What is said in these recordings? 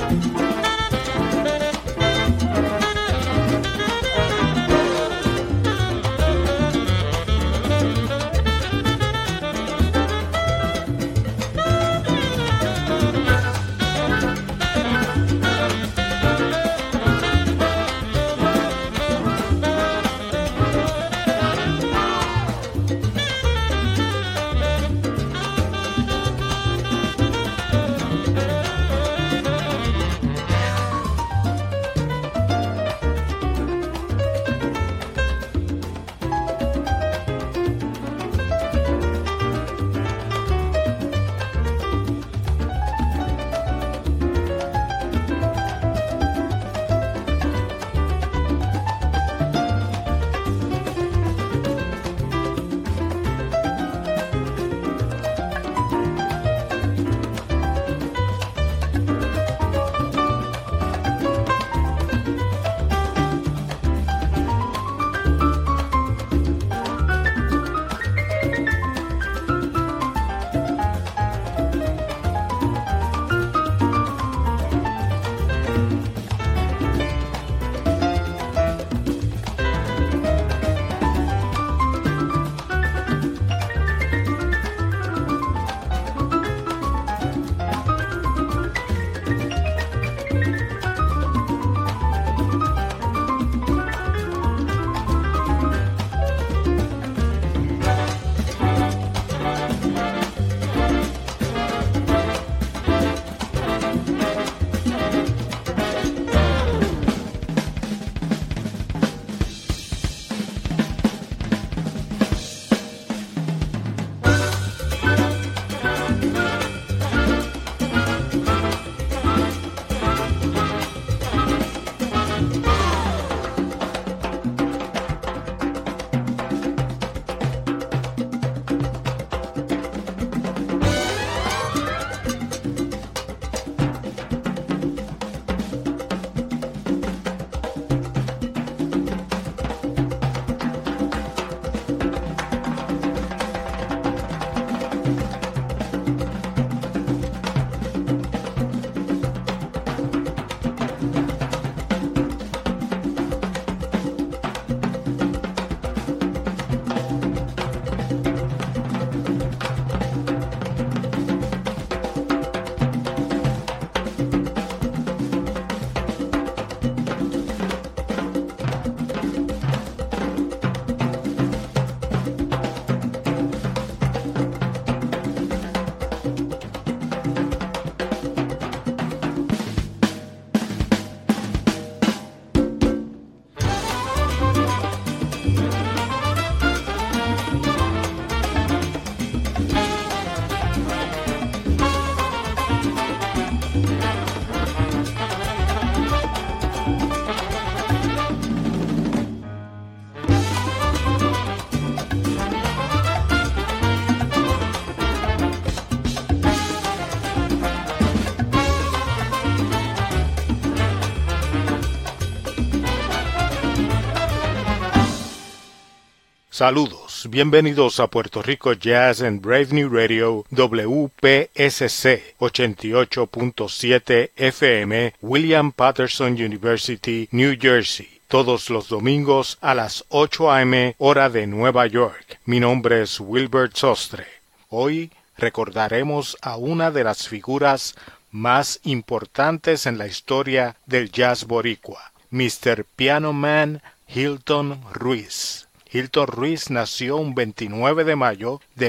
Saludos, bienvenidos a Puerto Rico Jazz en Brave New Radio WPSC 88.7 FM, William Patterson University, New Jersey. Todos los domingos a las 8 a.m. hora de Nueva York. Mi nombre es Wilbert Sostre. Hoy recordaremos a una de las figuras más importantes en la historia del jazz boricua, Mr. Piano Man Hilton Ruiz. Hilton Ruiz nació un 29 de mayo de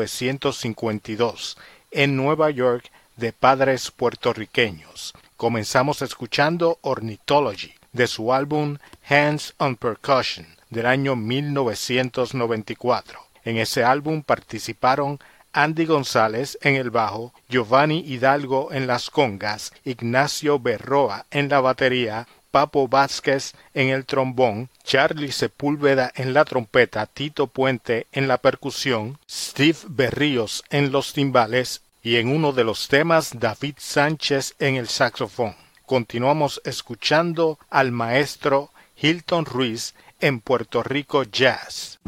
1952 en Nueva York de padres puertorriqueños. Comenzamos escuchando Ornithology de su álbum Hands on Percussion del año 1994. En ese álbum participaron Andy González en el bajo, Giovanni Hidalgo en las congas, Ignacio Berroa en la batería, Papo Vázquez en el trombón, Charlie Sepúlveda en la trompeta, Tito Puente en la percusión, Steve Berríos en los timbales y en uno de los temas David Sánchez en el saxofón. Continuamos escuchando al maestro Hilton Ruiz en Puerto Rico Jazz.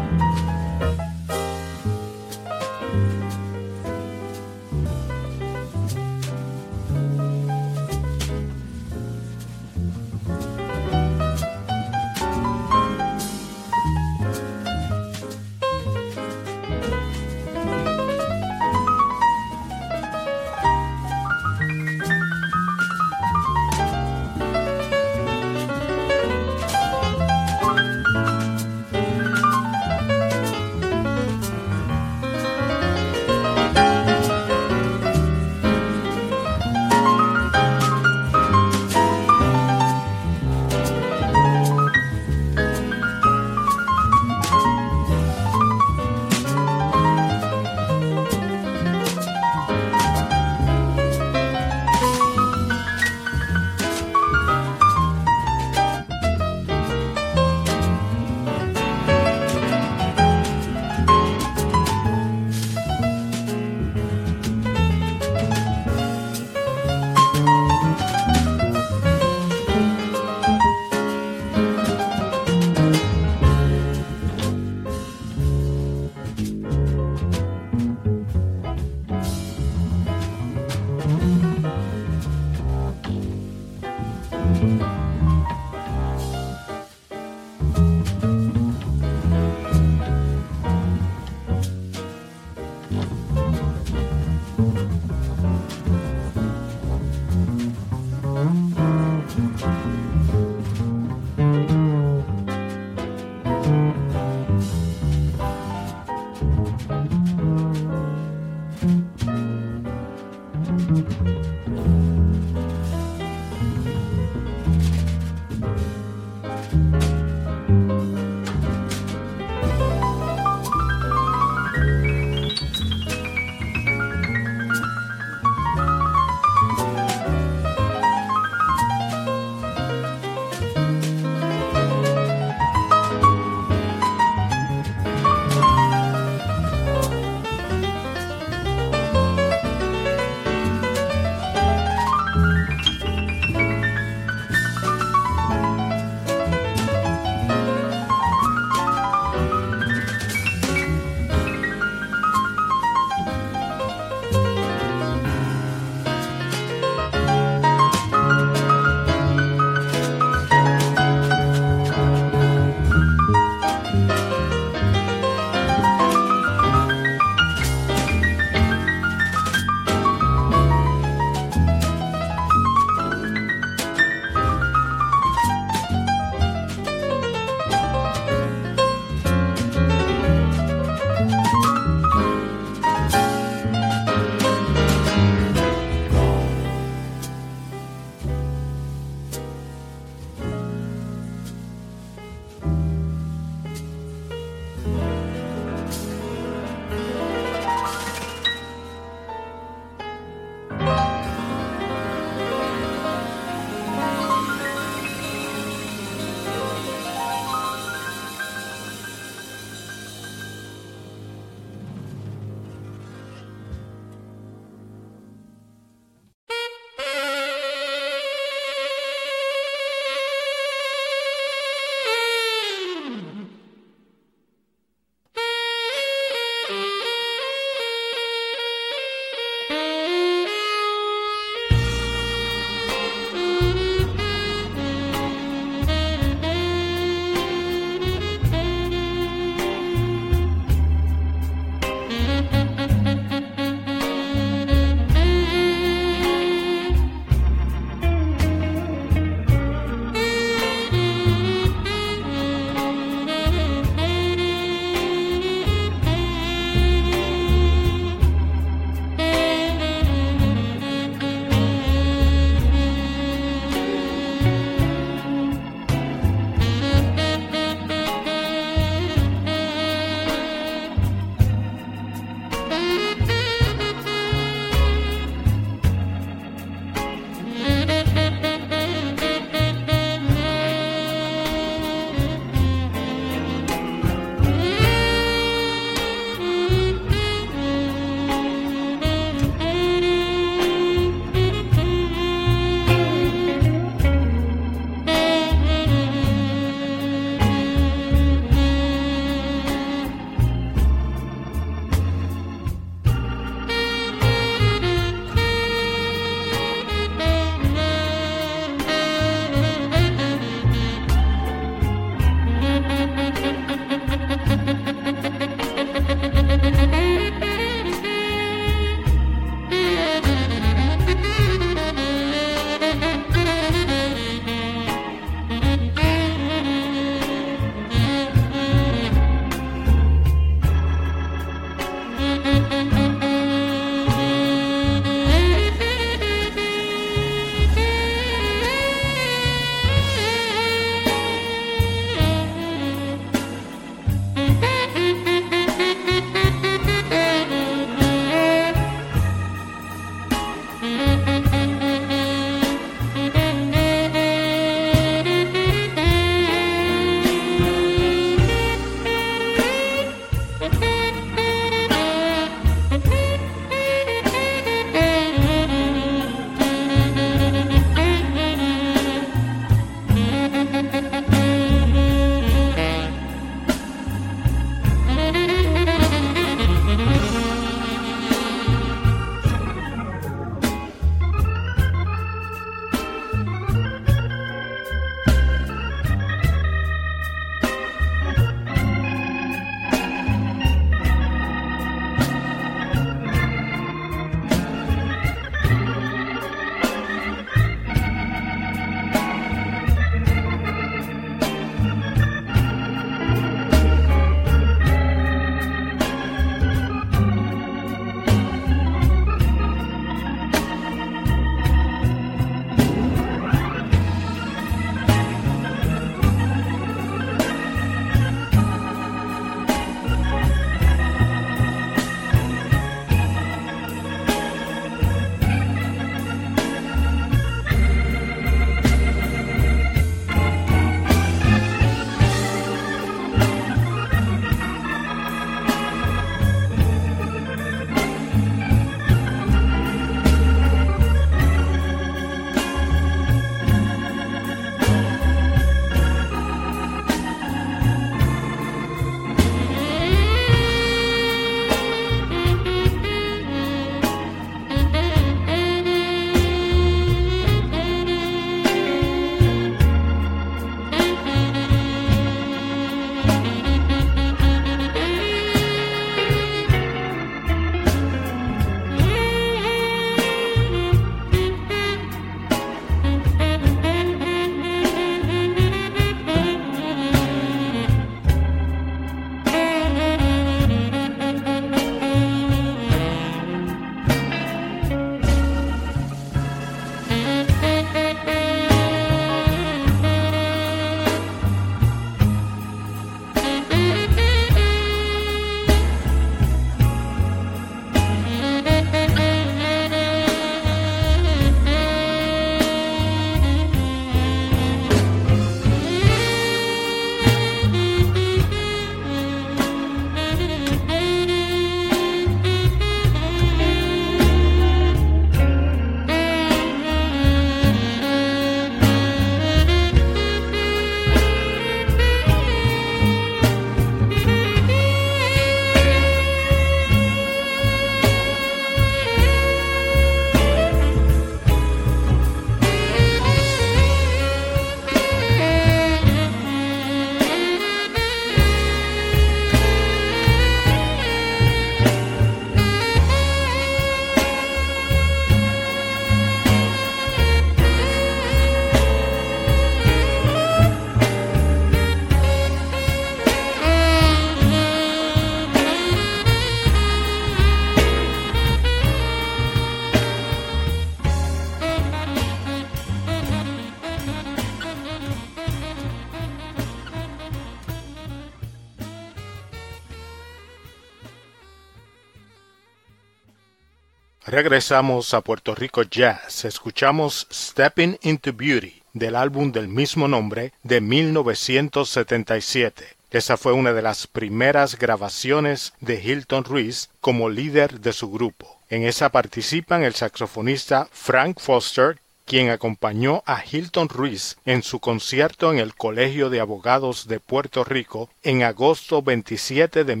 Regresamos a Puerto Rico Jazz. Escuchamos Stepping into Beauty del álbum del mismo nombre de 1977. Esa fue una de las primeras grabaciones de Hilton Ruiz como líder de su grupo. En esa participan el saxofonista Frank Foster, quien acompañó a Hilton Ruiz en su concierto en el Colegio de Abogados de Puerto Rico en agosto 27 de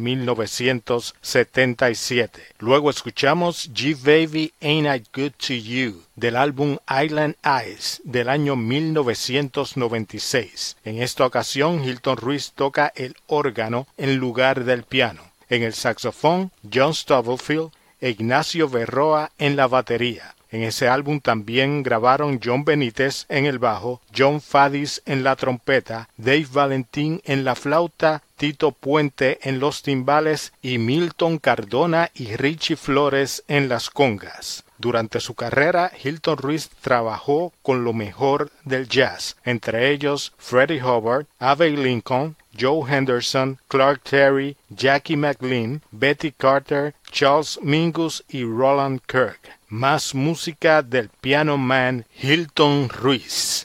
1977. Luego escuchamos G-Baby Ain't I Good to You del álbum Island Eyes del año 1996. En esta ocasión, Hilton Ruiz toca el órgano en lugar del piano. En el saxofón, John Stubblefield e Ignacio Berroa en la batería. En ese álbum también grabaron John Benítez en el bajo, John Faddis en la trompeta, Dave Valentín en la flauta, Tito Puente en los timbales y Milton Cardona y Richie Flores en las congas. Durante su carrera, Hilton Ruiz trabajó con lo mejor del jazz, entre ellos Freddie Hubbard, Abbey Lincoln, Joe Henderson, Clark Terry, Jackie McLean, Betty Carter, Charles Mingus y Roland Kirk. Más música del piano man Hilton Ruiz.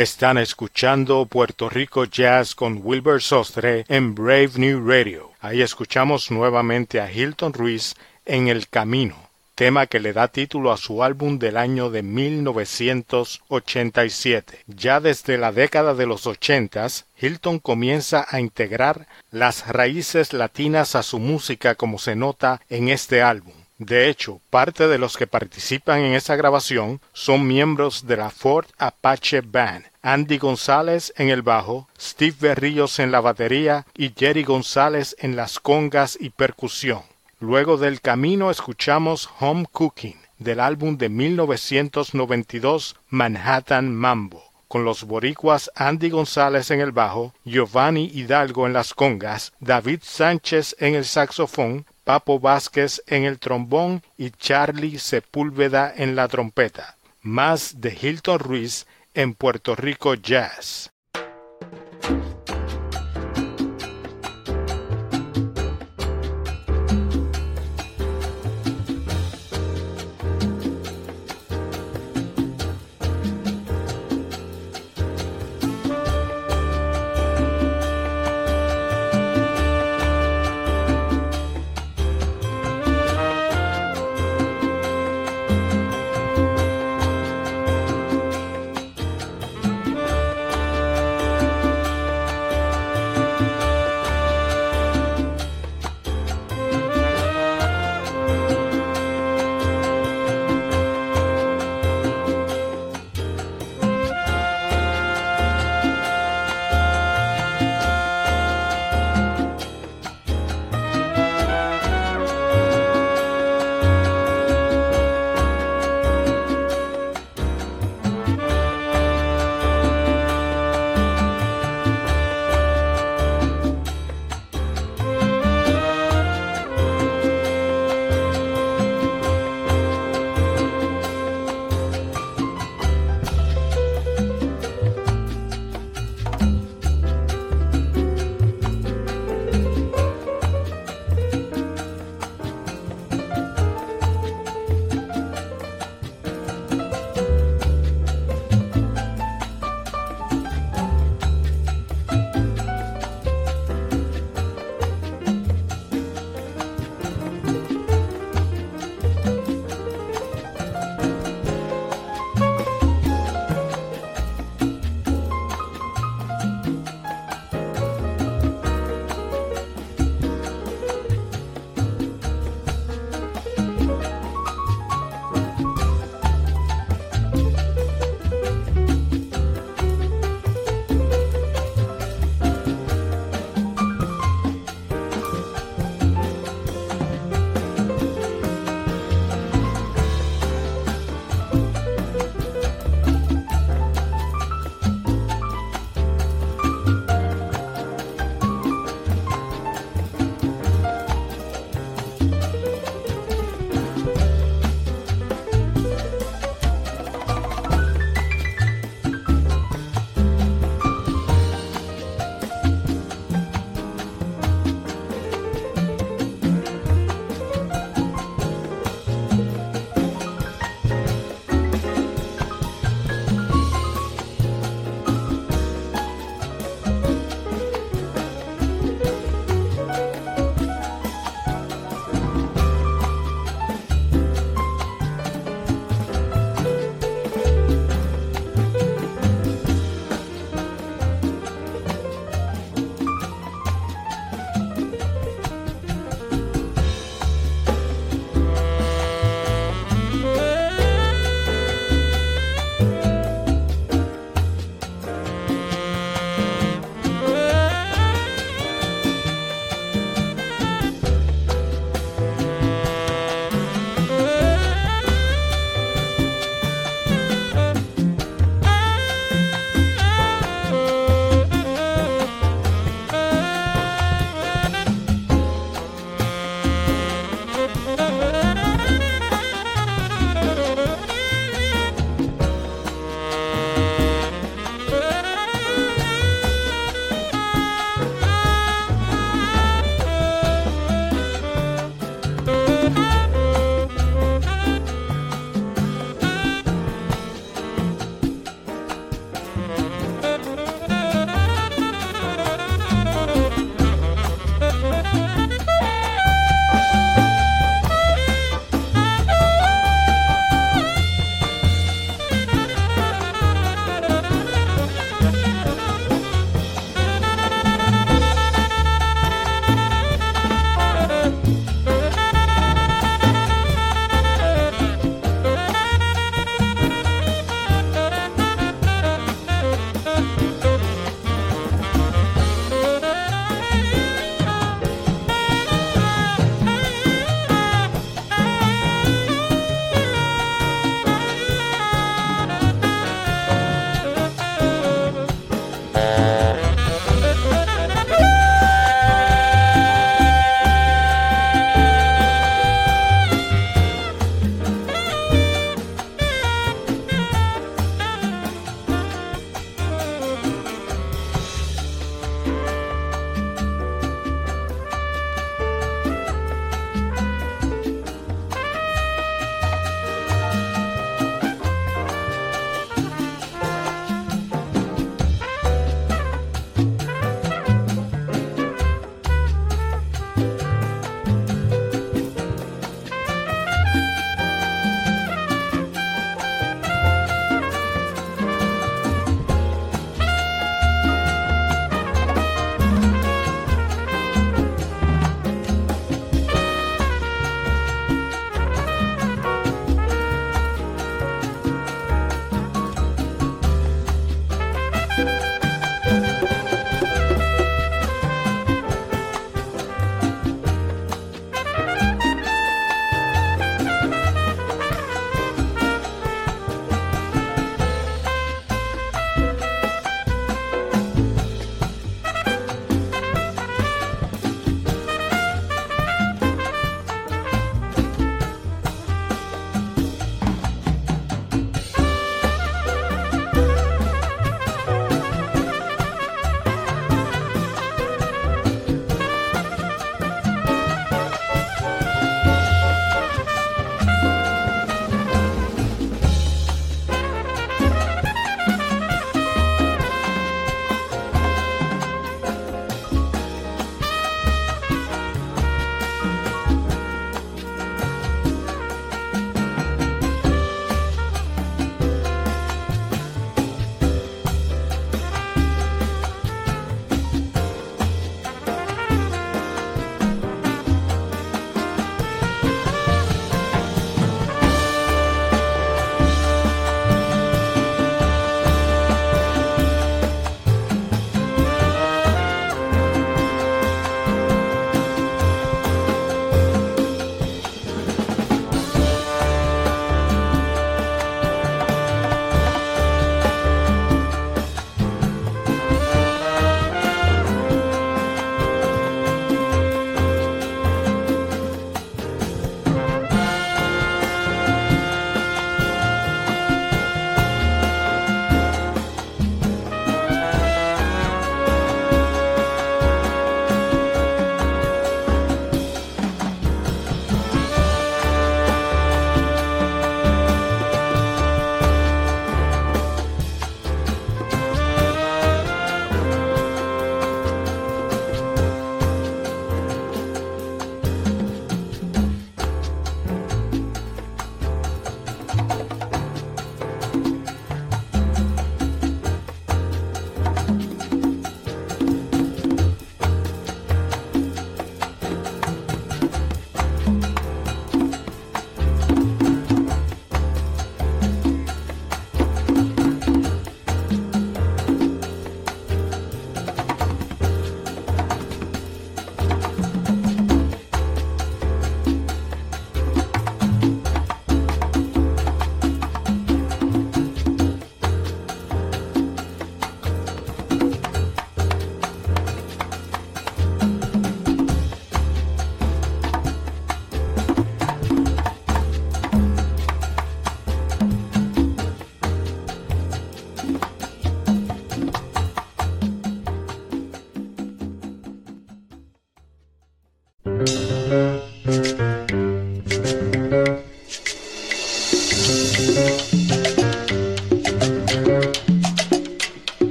Están escuchando Puerto Rico Jazz con Wilbur Sostre en Brave New Radio. Ahí escuchamos nuevamente a Hilton Ruiz en El Camino, tema que le da título a su álbum del año de 1987. Ya desde la década de los 80s, Hilton comienza a integrar las raíces latinas a su música como se nota en este álbum. De hecho, parte de los que participan en esa grabación son miembros de la Fort Apache Band, Andy González en el bajo, Steve Berríos en la batería y Jerry González en las congas y percusión. Luego del Camino escuchamos Home Cooking, del álbum de 1992 Manhattan Mambo, con los boricuas Andy González en el bajo, Giovanni Hidalgo en las congas, David Sánchez en el saxofón, Papo Vázquez en el trombón y Charlie Sepúlveda en la trompeta. Más de Hilton Ruiz en Puerto Rico Jazz.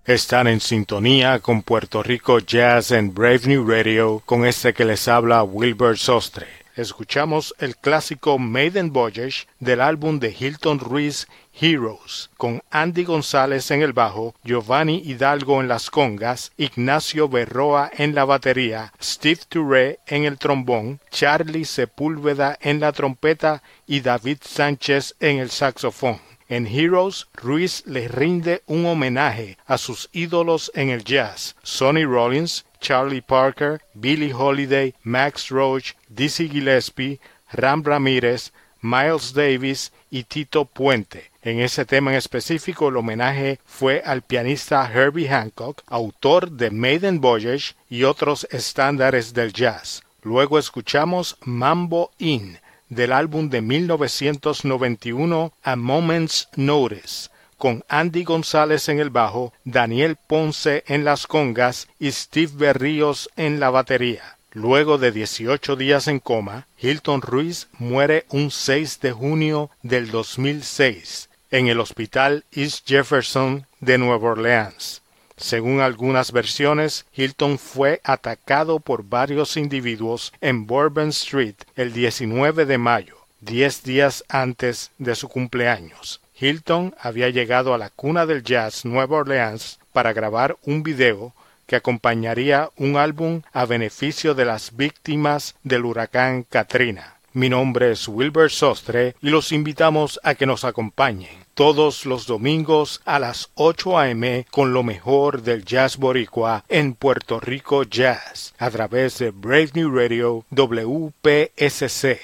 Están en sintonía con Puerto Rico Jazz en Brave New Radio, con este que les habla Wilbur Sostre. Escuchamos el clásico Maiden Voyage del álbum de Hilton Ruiz Heroes, con Andy González en el bajo, Giovanni Hidalgo en las congas, Ignacio Berroa en la batería, Steve Touré en el trombón, Charlie Sepúlveda en la trompeta y David Sánchez en el saxofón. En Heroes, Ruiz le rinde un homenaje a sus ídolos en el jazz, Sonny Rollins, Charlie Parker, Billie Holiday, Max Roach, Dizzy Gillespie, Ram Ramírez, Miles Davis y Tito Puente. En ese tema en específico, el homenaje fue al pianista Herbie Hancock, autor de Maiden Voyage y otros estándares del jazz. Luego escuchamos Mambo In, del álbum de 1991 A Moment's Notice, con Andy González en el bajo, Daniel Ponce en las congas y Steve Berríos en la batería. Luego de 18 días en coma, Hilton Ruiz muere un 6 de junio del 2006 en el Hospital East Jefferson de Nueva Orleans. Según algunas versiones, Hilton fue atacado por varios individuos en Bourbon Street el 19 de mayo, 10 días antes de su cumpleaños. Hilton había llegado a la cuna del jazz Nueva Orleans para grabar un video que acompañaría un álbum a beneficio de las víctimas del huracán Katrina. Mi nombre es Wilbur Sostre y los invitamos a que nos acompañen todos los domingos a las 8 a.m. con lo mejor del jazz boricua en Puerto Rico Jazz a través de Brave New Radio WPSC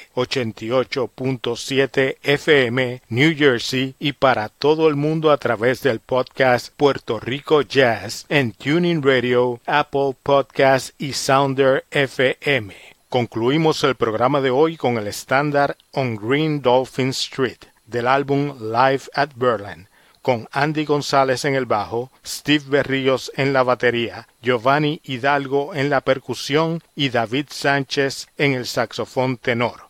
88.7 FM New Jersey y para todo el mundo a través del podcast Puerto Rico Jazz en Tuning Radio, Apple Podcast y Sounder FM. Concluimos el programa de hoy con el estándar On Green Dolphin Street del álbum Live at Berlin, con Andy González en el bajo, Steve Berríos en la batería, Giovanni Hidalgo en la percusión y David Sánchez en el saxofón tenor.